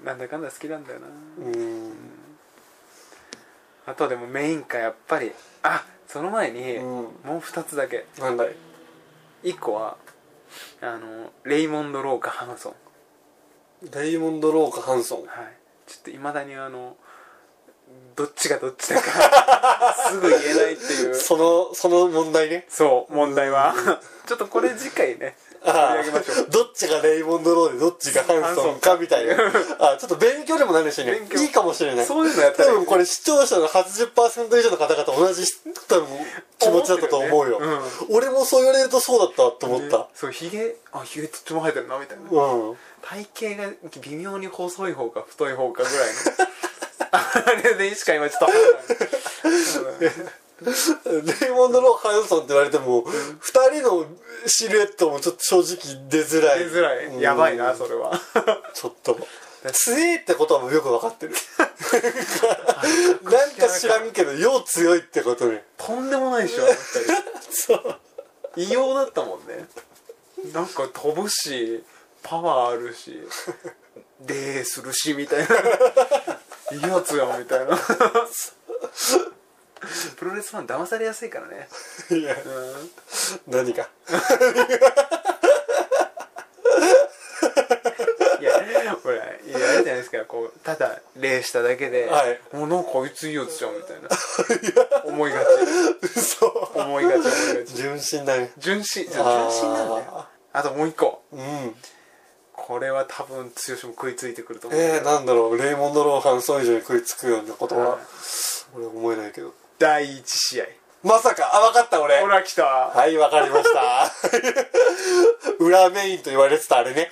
なんだかんだ好きなんだよな。あとでもメインかやっぱり、その前にもう2つだけ。 なんだい。 1個はレイモンド・ローかハンソン。 レイモンド・ローかハンソン。 はい。ちょっといまだにどっちがどっちだかすぐ言えないっていうその問題ね。 そう問題はちょっとこれ次回ね取り上げましょう。 どっちがレイモンド・ローでどっちがハンソンかみたいなちょっと勉強でもなるしね、いいかもしれない。 そういうのやったら多分これ視聴者の 80% 以上の方々同じ多分気持ちだったと思うよ、俺もそう言われるとそうだったと思った、 そうヒゲどっちも生えてるなみたいな、体型が微妙に細い方か太い方かぐらいのあれでしか今ちょっとレイモンド・ロー・ハンソンって言われても、2人のシルエットもちょっと正直出づらい、 やばいなそれはちょっと強いってことはもうよく分かってるなんか知らんけどよう強いってことね。 とんでもないでしょそう異様だったもんね。なんか飛ぶしパワーあるしでするしみたいないいやつやんみたいなプロレスファン騙されやすいからね。 いや、何かいやほらあれじゃないですか、こうただ礼しただけで、もうなんかこいついいやつじゃんみたいな思いがち思いがち純真だね。 純真なんだよ。あともう一個、これは多分剛も食いついてくると思う。 なんだろう、レイモンド・ロー・ハンソン以上に食いつくようなことは俺は思えないけど。 第1試合まさか、分かった俺ほら来た。 はい、分かりました裏メインと言われてたあれね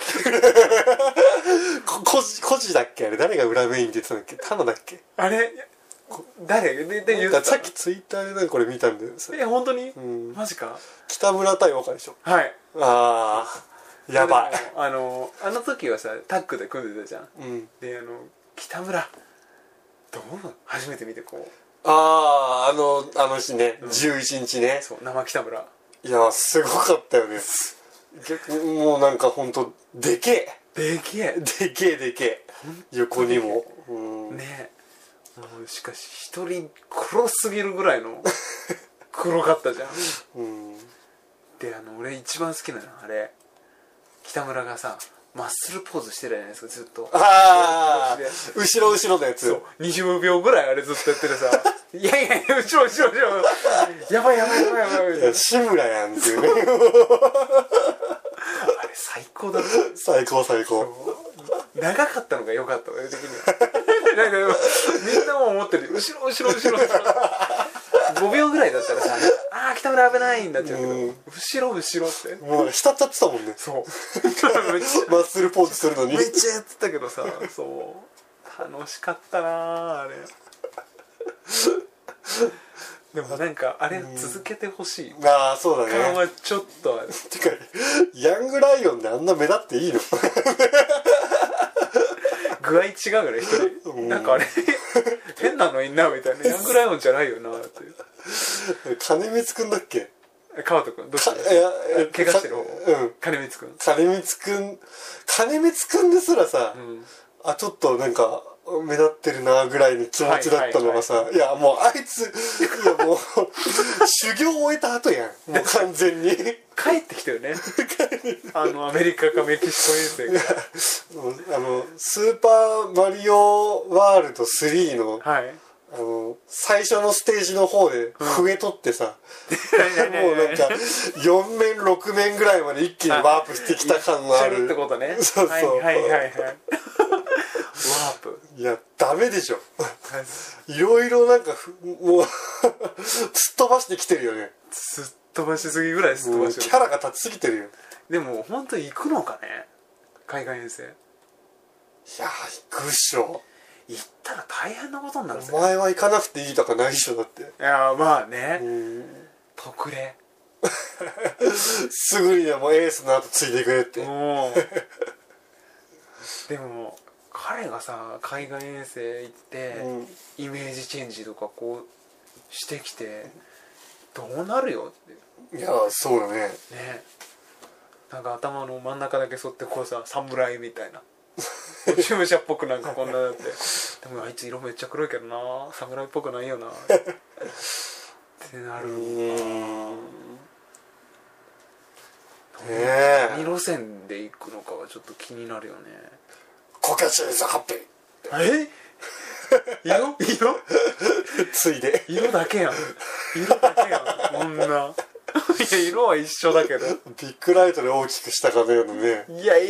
コジだっけあれ、誰が裏メインって言ってたんだっけ、タナだっけあれ、 誰で言った。 さっきツイッターでなんかこれ見たんだよ。 本当に、マジか。 北村対岡でしょ。 はい。 やばい。 あの時はさタッグで組んでたじゃん、で北村どう初めて見てこうあの日ね、11日ね。 そう生北村、 いやすごかったよね。もうなんかほんとでけえ横にもねえ、もうしかし一人黒すぎるぐらいの黒かったじゃんで俺一番好きなのあれ、北村がさマッスルポーズしてるじゃないですか、ずっと。後ろのやつ。そう20秒ぐらいあれずっとやっててさいや後ろやばい志村やんっていうねあれ最高だね。 最高長かったのが良かった俺的にはなんかみんなも思ってる、後ろ5秒ぐらいだったらさ北村危ないんだっちゃうけど、後ろってもう浸っちゃってたもんね。 そうマッスルポーズするのにめっちゃやってたけどさ、そう楽しかったなあれでもなんかあれ続けてほしい。 そうだね。 感はちょっとある。 てかヤングライオンであんな目立っていいの具合違うよね一人、なんかあれ変なのいんなみたいな、ヤングライオンじゃないよなって金光くんだっけ、 川人くんどうした怪我してる方、金光くんですらさ、ちょっとなんか目立ってるなぐらいの気持ちだったのがさ、いやもうあいつもう修行を終えた後やん、もう完全に帰ってきたよねアメリカかメキシコ遠征がスーパーマリオワールド3の、最初のステージの方で笛取ってさ、もうなんか4面6面ぐらいまで一気にワープしてきた感のあるってことね。 そうワープ、 いやダメでしょいろいろなんかもうすっ飛ばしてきてるよね。 すっ飛ばしすぎぐらいすっ飛ばしてる。 キャラが立ちすぎてるよ。 でも本当に行くのかね、海外遠征。いや行くっしょ。 行ったら大変なことになるぜ。 お前は行かなくていいとかないっしょだって。いやまあね、特例すぐにでもエースの後ついてくれって。 でも彼がさ海外遠征行って、イメージチェンジとかこうしてきてどうなるよって。 いやそうだね。 なんか頭の真ん中だけ沿ってこうさ侍みたいな落ち武者っぽくなんかこんなだってでもあいつ色めっちゃ黒いけどな侍っぽくないよなってなる何路線で行くのかはちょっと気になるよね。 コケチーズハッピー色ついで色だけやんこんないや色は一緒だけどビッグライトで大きくしたかのようなね。 いや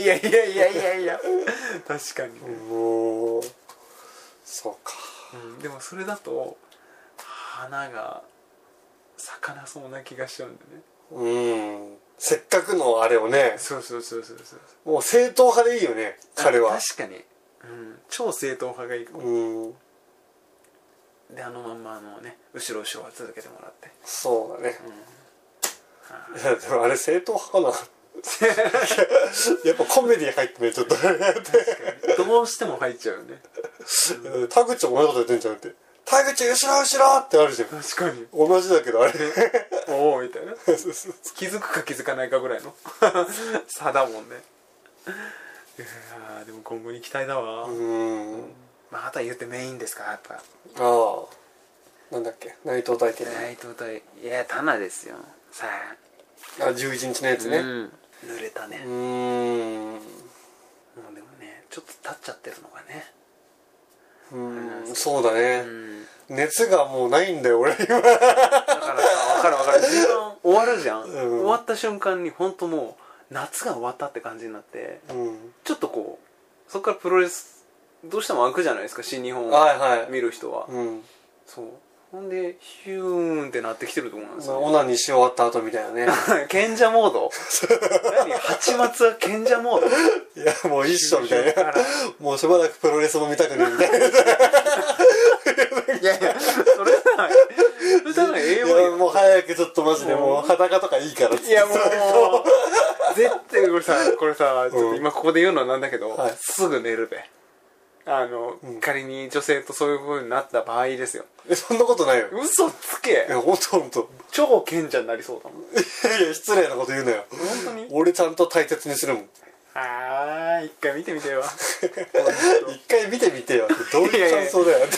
確かに、ね、 もうそうか、 でもそれだと花が咲かなそうな気がしちゃうんでね。 せっかくのあれをね。 そうもう正統派でいいよね彼は。 確かに、超正統派がいいかも。でまんまね後ろは続けてもらって。 そうだね、いやでもあれ正統派かなやっぱコメディ入ってねちょっとどうしても入っちゃうよね。 田口も同じことやってんじゃんって。田口後ろってあるじゃん。 確かに同じだけどあれおおみたいな気づくか気づかないかぐらいの差だもんね。いやでも今後に期待だわ。まあ、あとは言ってメインですかやっぱ。 なんだっけ内藤大輝。 いやタナですよさあ11日のやつね。 濡れたね。もうでもねちょっと立っちゃってるのがね。 そうだね、熱がもうないんだよ俺今。だからさ分かる時間終わるじゃん、終わった瞬間に本当もう夏が終わったって感じになって、ちょっとこうそこからプロレスどうしても開くじゃないですか新日本を見る人は、そうほんでヒューンってなってきてると思うんですよ、 オナニーし終わった後みたいなね賢者モード何八松は賢者モード。 いやもう一緒みたいなもうしばらくプロレスも見たくねえみたいないやそれじゃない英語よ。 もう早くちょっとマジでもう裸とかいいからっつって。 いやもう絶対これさちょっと今ここで言うのはなんだけど、すぐ寝るべ。仮に女性とそういう風になった場合ですよ。 そんなことないよ。 嘘つけ。 ほんと超賢者になりそうだもん。 いや失礼なこと言うなよ。 本当に俺ちゃんと大切にするもん。 一回見てみてよ一回見てみてよどういう感想だよ。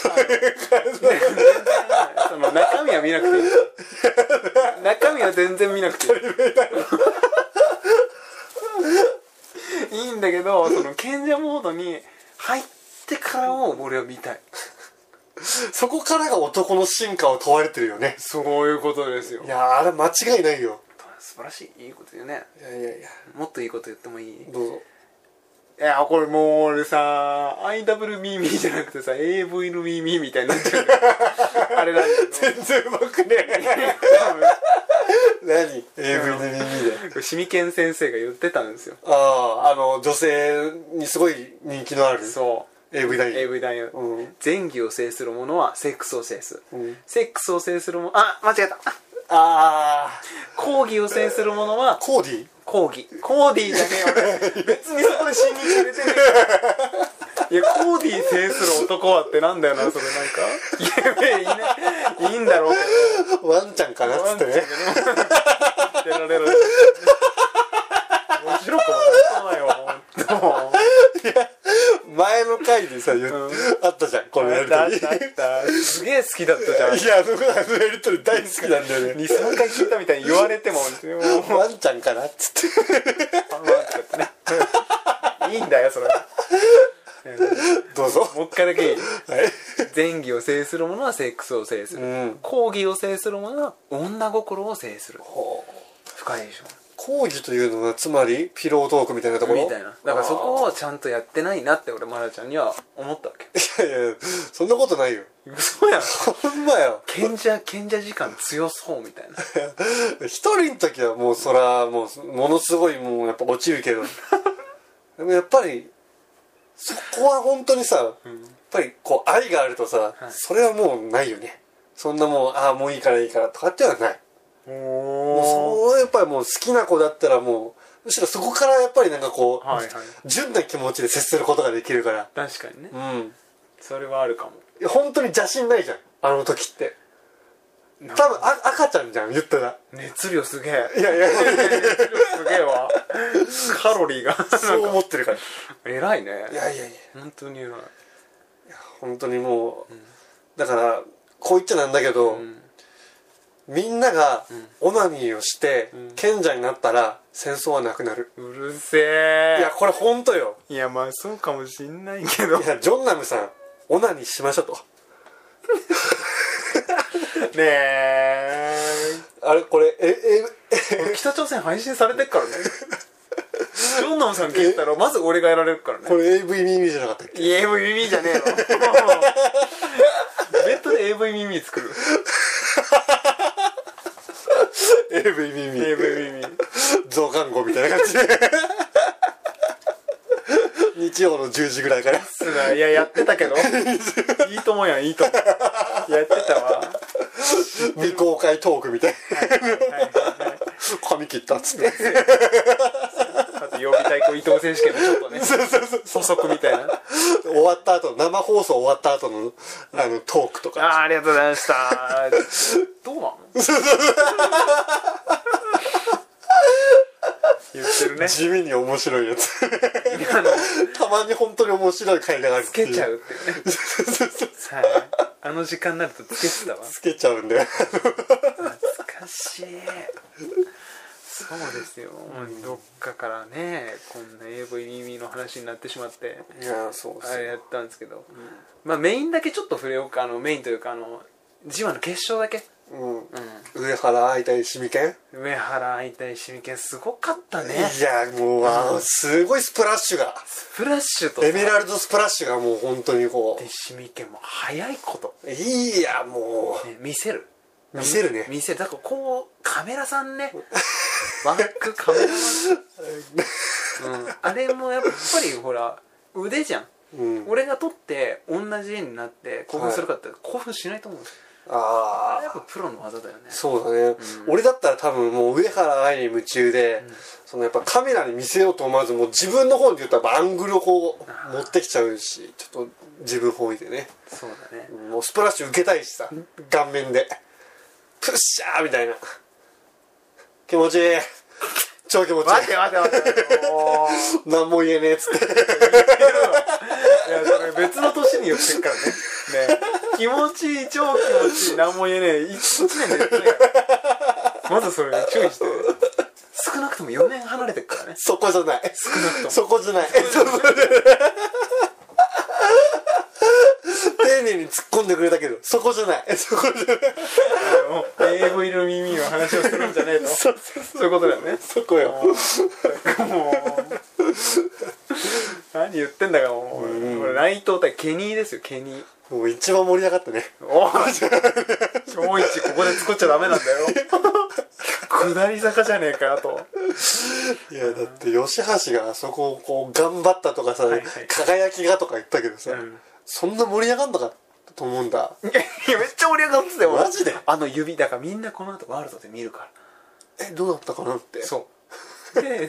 その中身は見なくていい。中身は全然見なくていいいいんだけどその賢者モードに入ってからを俺は見たい。 そこからが男の進化を問われてるよね。 そういうことですよ。 いやあれ間違いないよ。 素晴らしいいいこと言うね。 いやもっといいこと言ってもいい？ どうぞ。 いやこれもう俺さ IW ミーミーじゃなくてさ AV のミーミーみたいになっちゃうあれなんだけど全然うまくね何 AV の耳でシミケン先生が言ってたんですよ。 女性にすごい人気のあるそう AV 男優。 AV 男優、前戯を制する者はセックスを制す、セックスを制する者間違えた講義を制する者はコーディコーディじゃねえよ別にそこで新日入れてねえいやコーディ制する男はってなんだよなそれなんかいいんだろうけどワンちゃんかなっつってねやられる面白くもなそうだよ本当。 前の回でさあったじゃんこのやりとりすげえ好きだったじゃん。 いやあのやりとり大好きなんだよね。 2,3 回聞いたみたいに言われてもワンちゃんかなっつっていいんだよそれどうぞもう一回だけいい？前戯を制する者はセックスを制する、講義を制する者は女心を制する。深いでしょ。 講義というのはつまりピロートークみたいなところみたいな。だからそこをちゃんとやってないなって俺マラちゃんには思ったわけ。 いやそんなことないよ。 嘘やん。 ほんまよ。 賢者時間強そうみたいな。 一人の時はもうそらもうものすごいもうやっぱ落ちるけどでもやっぱりそこは本当にさ、やっぱりこう愛があるとさ、それはもうないよね。そんなもうもういいからとかってはない。もうそうやっぱりもう好きな子だったらもうむしろそこからやっぱりなんかこう、純な気持ちで接することができるから。 確かにね。それはあるかも。 本当に邪心ないじゃんあの時って。 多分赤ちゃんじゃん言ったら。 熱量すげえ。 いや熱量すげえわ。カロリーがそう思ってるから。 偉いね。 いや本当に偉い。 本当にもう、だからこう言っちゃなんだけど、みんながオナニーをして賢者になったら戦争はなくなる。 うるせえ。 いやこれ本当よ。 いやまあそうかもしんないけど。 いやジョンナムさんオナニーしましょうと。 ねえ。 あれこれ北朝鮮配信されてっからね。ジョンナムさん聞いたらまず俺がやられるからね。 これ AV 耳じゃなかったっけ。 AV 耳じゃねえの。ベッドで AV 耳作る。 AV 耳増刊号みたいな感じで日曜の10時ぐらいから。 いややってたけどいいともやんいいともやってたわ。 未公開トークみたいな。髪切ったっつって。 あと曜日対抗伊藤選手権のちょっとね補足みたいな。 終わった後生放送終わった後のトークとか。 ありがとうございました。どうなの言ってるね。 地味に面白いやつ。たまに本当に面白い回があるっていう。 つけちゃうっていうね。あの時間になるとつけてたわ。 つけちゃうんだよ。 懐かしい。そうですよ、どっかからねこんな AV 耳の話になってしまって。 いやそうですよ。 あれやったんですけど、まあメインだけちょっと触れようか。メインというか次話の決勝だけ。 上原愛対シミケン。 上原愛対シミケンすごかったね。 いやもうすごいスプラッシュが。 スプラッシュとエメラルドスプラッシュがもう本当にこう。 でシミケンも早いこと。 いやもう、 見せるね。 だからこうカメラさんね。バックカメラマン、あれもやっぱりほら腕じゃん、俺が撮って同じ絵になって興奮するかって興奮しないと思うんですよ。あれやっぱプロの技だよね。 そうだね、俺だったら多分もう上原愛に夢中で、そのやっぱカメラに見せようと思わずもう自分の方に言ったらアングルをこう持ってきちゃうし、ちょっと自分本位でね。 そうだね。 もうスプラッシュ受けたいしさ、顔面でプッシャーみたいな。気持ちいい。超気持ちいい。 待て何も言えねえっつって。いやそれ別の年に言ってるからね。気持ちいい超気持ちいい何も言えねえ1年で言ってないから。まずそれ注意して。少なくとも4年離れてるからね。 そこじゃない。 少なくともそこじゃない。丁寧に突っ込んでくれたけどそこじゃない。 AV の耳の話をするんじゃねえと。そういうことだよね。 そこよ。 もう何言ってんだかもう。これ内藤対ケニーですよ。ケニーもう一番盛り上がったね。 おい超一ここで作っちゃダメなんだよ。下り坂じゃねえかよと。 いやだって吉橋があそこをこう頑張ったとかさ、輝きがとか言ったけどさ、そんな盛り上がんのかと思うんだ。 いやめっちゃ盛り上がってたよ。 マジで指だからみんなこの後ワールドで見るから。 どうだったかなって。 そうで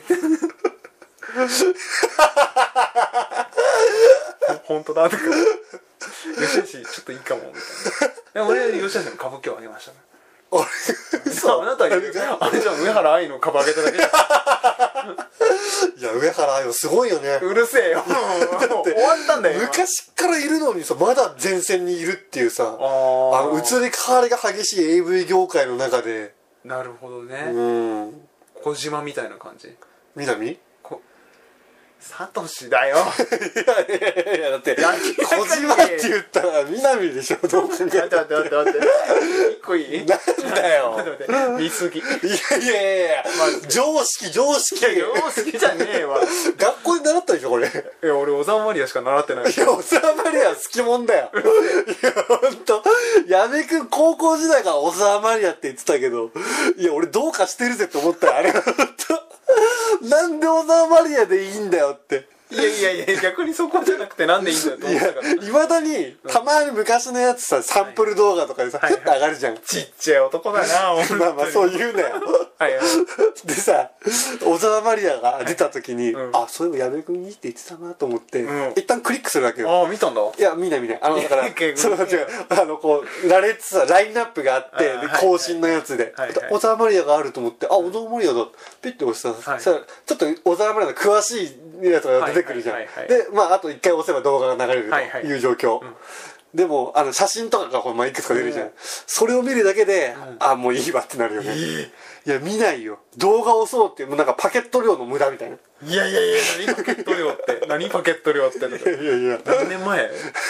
本当だとか吉橋ちょっといいかもみたいな。俺吉橋の歌舞伎をあげましたね。そうあなたあれじゃん上原愛の株上げただけじゃん。 いや上原愛はすごいよね。 うるせえよ。終わったんだよ。 昔からいるのにさまだ前線にいるっていうさ、移り変わりが激しい AV 業界の中で。 なるほどね。小島みたいな感じ。 南サトシだよ。 いやだって小島って言ったら南でしょ。どう考えて。 待って一個いい。 なんだよ見すぎ。いや常識常識じゃねえわ。 学校で習ったでしょこれ。 いや俺小沢マリアしか習ってない。 いや小沢マリア好きもんだよ。いやほんと矢部君高校時代から小沢マリアって言ってたけど、いや俺どうかしてるぜって思ったよあれ。ほんとなんで小沢マリアでいいんだよって。 いや逆にそこじゃなくてなんでいいんだよと思ったから。 いまだにたまに昔のやつさ、サンプル動画とかでさふって上がるじゃん。 ちっちゃい男だな。 まあまあそう言うなよ。でさ、小沢マリアが出た時に、あ、そういえば矢部君いいって言ってたなと思って、一旦クリックするわけよ。 あ、見たんだ。 いや、見ない。だからその違う、こう羅列さ、ラインナップがあって、で更新のやつで小沢マリアがあると思って、あ、小沢マリアだ、ピッて押したら、ちょっと小沢マリアの詳しいやつが出てくるじゃん。で、まああと一回押せば動画が流れるという状況。でも写真とかがいくつか出るじゃん。それを見るだけで、あ、もういいわってなるよね。いや、見ないよ。動画押そうっていう、もうなんかパケット量の無駄みたいな。 いや、何パケット量って。何パケット量って。 いや。 何年前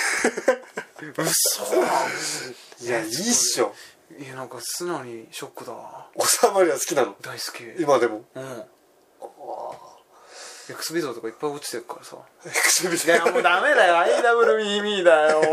嘘。 いや、いいっしょ。 いや、なんか素直にショックだわ。 小沢マリア好きなの？ 大好き。 今でも。 エクスビゾーとかいっぱい落ちてるからさ。 エクスビゾー。 いや、もうダメだよ。IWME だよ。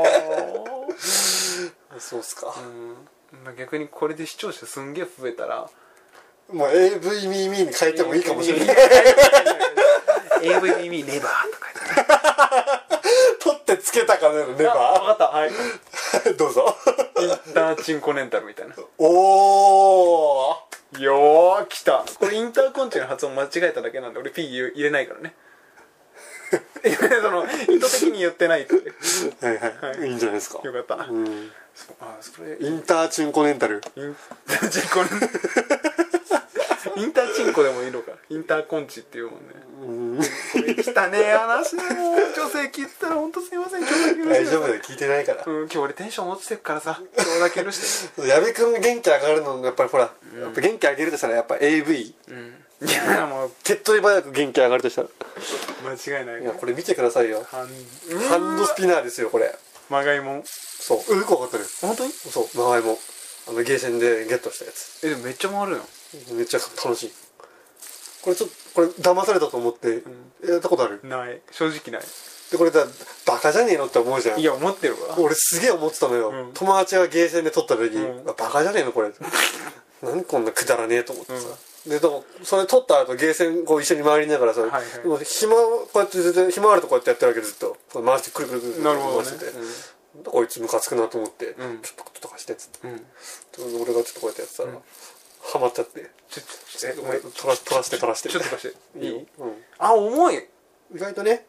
そうっすか。 逆にこれで視聴者すんげえ増えたら、 もう AV ミーミーに変えてもいいかもしれない。 AV 耳レバーとか言って取ってつけたかねのレバー。 分かった。はい。 どうぞ。 インターチンコネンタルみたいな。 おー。 よー、来た。これインターコンチの発音間違えただけなんで俺 P 入れないからね。その意図的に言ってないって。 はい。いいんじゃないですか。 よかった。 それインターチンコネンタル。 インターチンコネンタル。インターチンコでもいいのか。インターコンチっていうもんね。これ汚ねえ話だもん。女性聞いてたら本当すいません。 大丈夫だよ、聞いてないから。 今日俺テンション落ちてるからさ、今日だけ許して。 矢部君が元気上がるのやっぱりほら、やっぱ元気上げるとしたらやっぱ AV。 いやもう手っ取り早く元気上がるとしたら間違いない。 いやこれ見てくださいよ。ハンドスピナーですよこれ。 まがいもん。 そう。よく分かったね。 本当に？ そう。まがいもん。ゲーセンでゲットしたやつ。 でもめっちゃ回るよ。 めっちゃ楽しい。これ騙されたと思ってやったことある？ ない。正直ない。 でこれバカじゃねえのって思うじゃん。 いや思ってるわ。 俺すげえ思ってたのよ。友達がゲーセンで撮った時バカじゃねえのこれ。何こんなくだらねえと思ってさ。でそれ撮った後ゲーセンこう一緒に回りながらさ、暇こうやって全然暇あるとこうやってやってるわけずっと回してくるくる回してて、こいつムカつくなと思って、ちょっととかしてっつって、俺がちょっとこうやってやってたらハマっちゃって、取らしてちょっと貸していい？ あ、重い。 意外とね。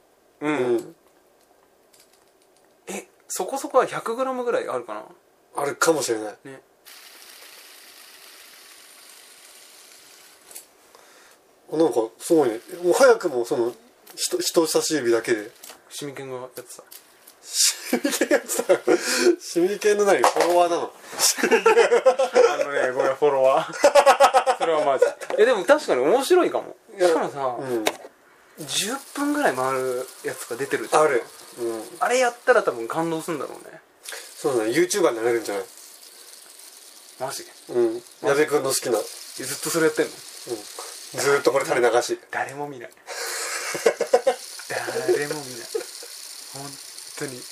そこそこは 100g ぐらいあるかな。 あるかもしれないね。なんかすごいね。もう早くもその人差し指だけでシミケンがやってた。 シミケンやってた。シミケンの何フォロワーなの？ ごめんフォロワー。それはマジ。でも確かに面白いかも。しかもさ、10分ぐらい回るやつが出てるじゃん。 ある。 あれやったら多分感動するんだろうね。 そうだね。YouTuber になれるんじゃない？ マジ？ 矢部君の好きな。 ずっとそれやってんの？ ずーっとこれ垂れ流し。 誰も見ない。誰も見ない。本当に。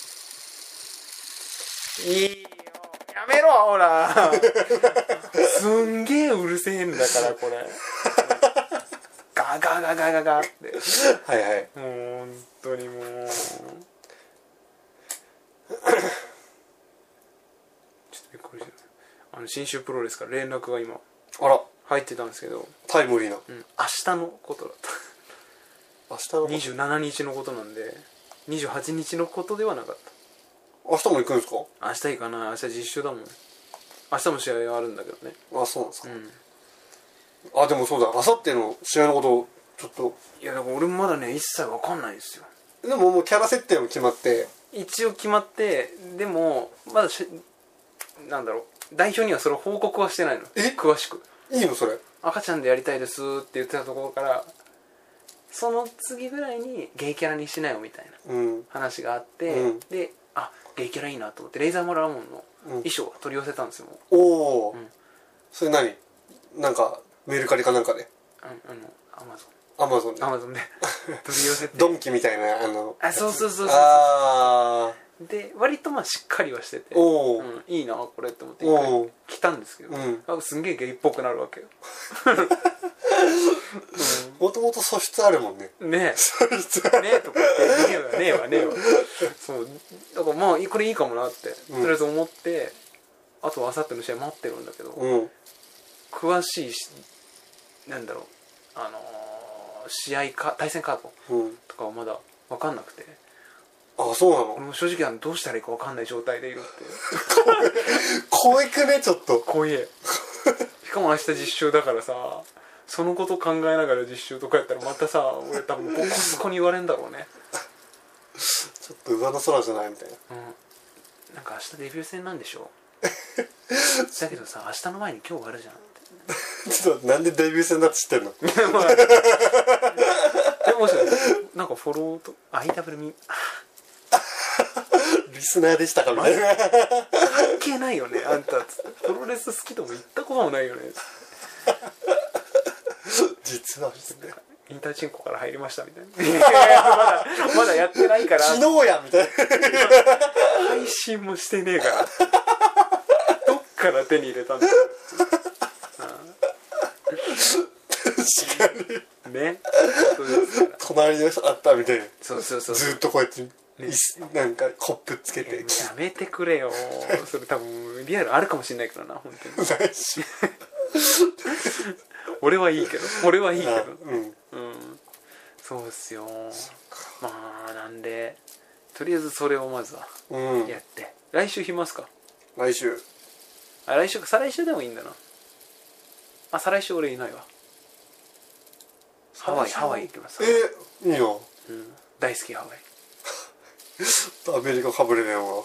いいよ。やめろほら。すんげえうるせえんだからこれ。ガガガガガガって。 はいはい。 本当にもう。ちょっとびっくりした。新州プロレスから連絡が今。 あら。 入ってたんですけどタイムリーな、 明日のことだった明日の 27日のことなんで28日のことではなかった。 明日も行くんですか？ 明日行かない。明日実習だもん。明日も試合あるんだけどね。 あ、そうなんですか。でもそうだ、明後日の試合のことちょっと。 いやだから俺もまだね一切わかんないですよ。 でももうキャラ設定も決まって、 一応決まって、でもまだなんだろう、代表にはそれを報告はしてないの。詳しくいいのそれ？ 赤ちゃんでやりたいですって言ってたところからその次ぐらいにゲイキャラにしなよみたいな話があって、でゲイキャラいいなと思ってレイザーモラモンの衣装を取り寄せたんですよ。 おお、それなんかメルカリかなんかでアマゾンで取り寄せてドンキみたいなそうで割とまあしっかりはしてて、 お、 いいなこれって思って一回着たんですけど、すんげえゲイっぽくなるわけよ。 もともと素質あるもんね。 ねえ素質あるねえとか言ってねえわそうだからまあこれいいかもなってとりあえず思って、あとは明後日の試合待ってるんだけど、詳しいなんだろう試合対戦カードとかはまだ分かんなくて、 あ、そうなの。 俺も正直どうしたらいいか分かんない状態でいるって怖くね、ちょっと怖えしかも明日実習だからさ、そのこと考えながら実習とかやったらまたさ、俺多分ボコスコに言われんだろうねちょっと上の空じゃないみたいな。 なんか明日デビュー戦なんでしょだけどさ、明日の前に今日あるじゃんってちょっとなんでデビュー戦だって知ってんのでもなんかフォローと IW ミリスナーでしたかみたいな。 関係ないよねあんたつって、プロレス好きとも言ったこともないよね実はインターチンコから入りましたみたいなまだやってないから昨日やみたいな配信もしてねえからどっから手に入れたんだよ確かにね隣の人あったみたいな。 そうずっとこうやってなんかコップつけて、 やめてくれよそれ多分リアルあるかもしれないけどな本当にないし俺はいいけどそうっすよ。まあなんでとりあえずそれをまずはやって、来週暇っすか？ 来週来週か再来週でもいいんだな。再来週俺いないわ。ハワイ行きます。 いいよ、 大好きハワイアメリカかぶれねえわ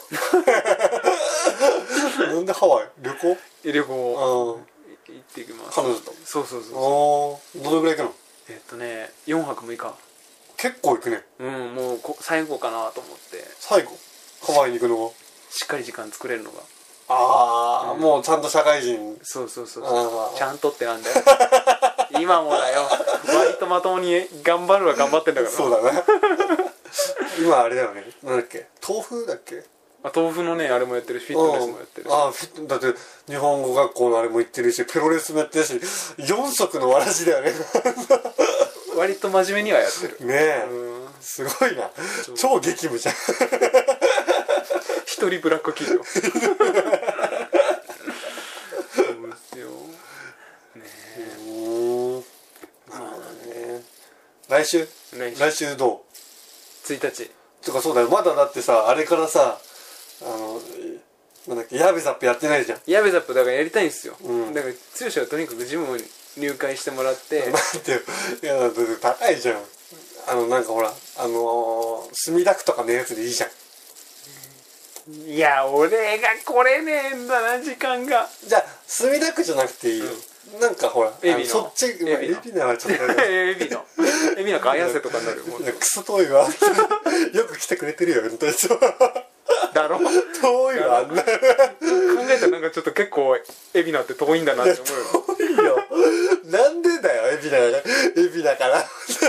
なんでハワイ旅行行ってきます。 彼女と。 そうどのぐらい行くの ？4泊6日。 結構行くね。 もう最後かなと思って最後ハワイに行くのがしっかり時間作れるのがもうちゃんと社会人。 そうちゃんとってなんだよ今もだよ割とまともに頑張ってんだから。 そうだね今あれだよね、なんだっけ、豆腐だっけ、 豆腐のねあれもやってるし、フィットネスもやってるし、 だって日本語学校のあれも行ってるし、プロレスもやってるし、4足のわらじだよね割と真面目にはやってるねえ、すごいな、超激務じゃん一人ブラック企業そうですよねえ。 まあね、来週どう 1日とか。そうだよ、まだだってさ、あれからさ、なんだっけ、ヤベザップやってないじゃん。 ヤベザップだからやりたいんですよ、だから剛はとにかくジムに入会してもらって待ってよ、いやだって高いじゃん。なんかほら墨田区とかのやつでいいじゃん。 いや俺が来れねえんだな、時間が。 じゃあ墨田区じゃなくていいよ、なんかほらそっち海老名はちょっと海老名か綾瀬とかになるよ。 クソ遠いわよく来てくれてるよ本当にだろ、 遠いわ、あんな考えたらなんかちょっと結構海老名って遠いんだなって思うよ。 遠いよなんでだよ、海老名から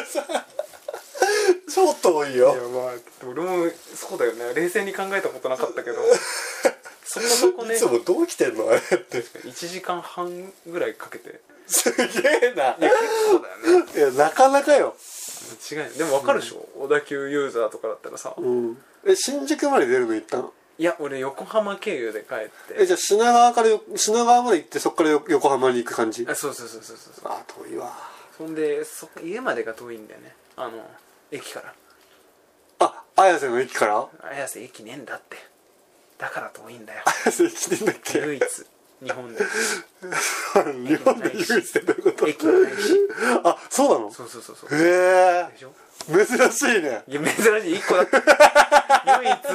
超遠いよ。 いやまあ俺もそうだよね、冷静に考えたことなかったけどそこね、 いつもどう来てんのあれって 1時間半ぐらいかけて。 すげえな。 いや結構だよね。 いやなかなかよ。 違いない。でも分かるでしょ、小田急ユーザーとかだったらさ、 新宿まで出るの行ったの？ いや俺横浜経由で帰って、 じゃあ品川まで行って、そっから横浜に行く感じ？ そう遠いわ。 そんで家までが遠いんだよね、駅から。 綾瀬の駅から？ 綾瀬駅ねえんだって、だから遠いんだよ。 綾瀬駅ねえんだっけ？ 唯一日本で日本で唯一ってどういうこと？ 駅もないし。 そうなの？ そうへえ、 でしょ、 珍しいね。 いや珍しい、1個だって唯一って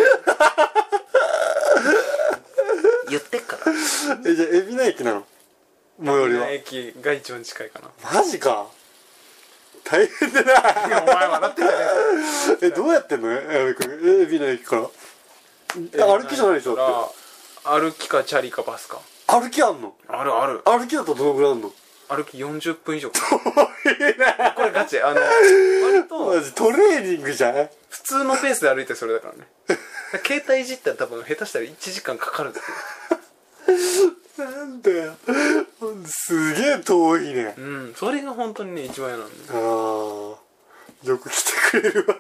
言ってっから。 じゃあ海老名駅なの？最寄りは駅が一番近いかな。 マジか、大変だな。 いやお前笑ってんじゃねえか。 どうやってんの？海老名駅から歩きじゃないでしょ？だって歩きかチャリかバスか。 歩きあんの？ ある。 歩きだとどのぐらいあんの？ 歩き40分以上か。これガチ、割とマジトレーニングじゃん。 普通のペースで歩いてそれだからね。 携帯いじったら多分下手したら1時間かかるんですよ。なんだよ、すげえ遠いね。 うん、それが本当にね一番嫌なんだよ。 ああ、よく来てくれるわ。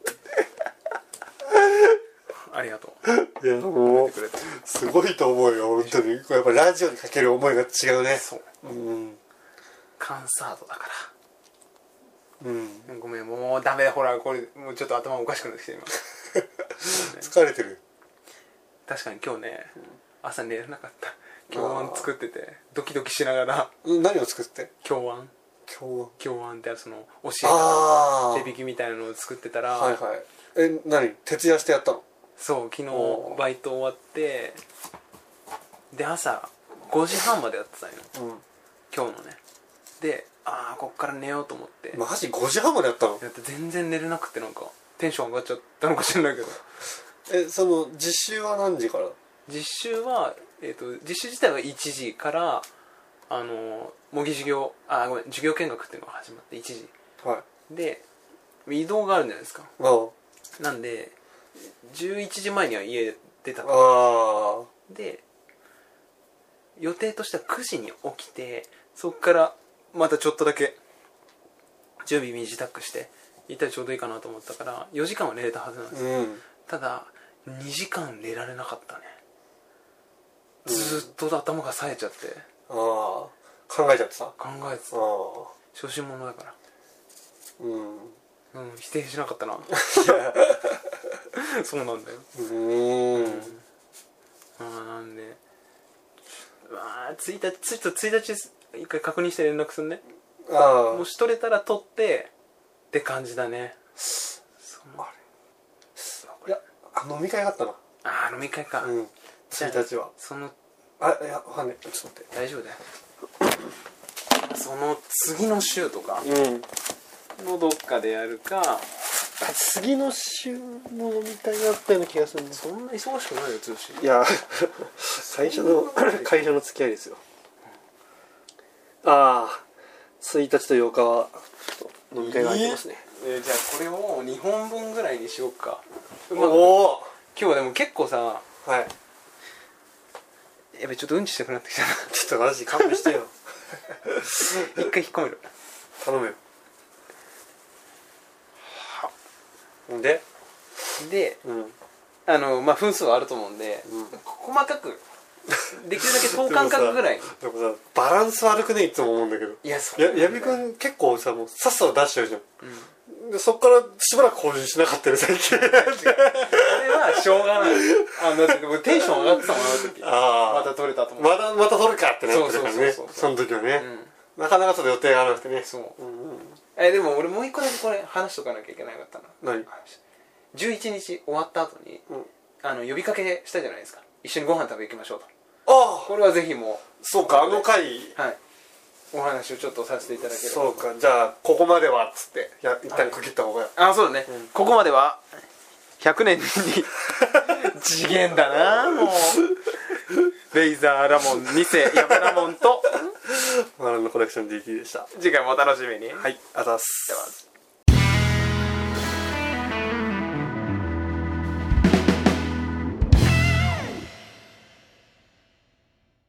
ありがとう。いやもうすごいと思うよ本当に。やっぱラジオにかける思いが違うね。 そう、 うん、 カンサートだから。 うん、 ごめん、もうダメだ、ほらこれもうちょっと頭おかしくなってきて今疲れてる。 確かに今日ね、朝寝れなかった。京庵作っててドキドキしながら。 何を作って京庵ってその教え方手引きみたいなのを作ってたら、 はいはい。何徹夜してやったの？ そう、昨日バイト終わってで朝5時半までやってたんよ、うん、今日のね。で、こっから寝ようと思って。 マジ5時半までやったの？ やって全然寝れなくて、なんかテンション上がっちゃったのかしれないけど。 その実習は何時から？ 実習は、実習自体は1時から模擬授業、ごめん、授業見学っていうのが始まって1時、 はい、 で移動があるじゃないですか。なんで11時前には家出たと。で予定としては9時に起きて、そっからまたちょっとだけ準備身支度して行ったらちょうどいいかなと思ったから4時間は寝れたはずなんですよ、うん、ただ2時間寝られなかったね。ずっと頭が冴えちゃって、 考えちゃってた。 小心者だから。否定しなかったな。そうなんだよ。なんで1日一回確認して連絡するね。もし取れたら取ってって感じだね。 いや、飲み会があったな。 飲み会か。 1日は。いや、わかんない。ちょっと待って。 大丈夫だよ。その次の週とかのどっかでやるか。 次の週の飲み会があったような気がするね。 そんな忙しくないよ、剛。 いや、会社の付き合いですよ。1日と8日はちょっと飲み会が入ってますね。 じゃあこれを2本分ぐらいにしようか。今日はでも結構さ、 はい、 やべ、ちょっとうんちしたくなってきたな。 ちょっとマジ勘弁してよ。 一回引っ込める。 頼むよ。で、 分数はあると思うんで、細かくできるだけ等間隔ぐらい。 でもさ、バランス悪くね、いつも思うんだけど。 いや、 矢部君結構さ、もうさっさと出しちゃうじゃん。でそっからしばらく更新しなかったよ最近。あれはしょうがない。だってテンション上がってたもん、あの時。また撮れたと思って。 また撮るかってなってるからね。その時はね。なかなかちょっと予定がなくてね。 そう。でも俺もう一個だけこれ話しとかなきゃいけなかったな。 何 ？11日終わった後に呼びかけしたじゃないですか。一緒にご飯食べ行きましょうと。これはぜひもう。 そうか、回、 はい、お話をちょっとさせていただければ。 そうか、じゃあここまではっつって一旦区切った方が。 そうだね。ここまでは100年に次元だな、もう。レイザーラモン2世山ラモンとマランのコレクション DT でした。 次回もお楽しみに。 はい、ありがとうございます。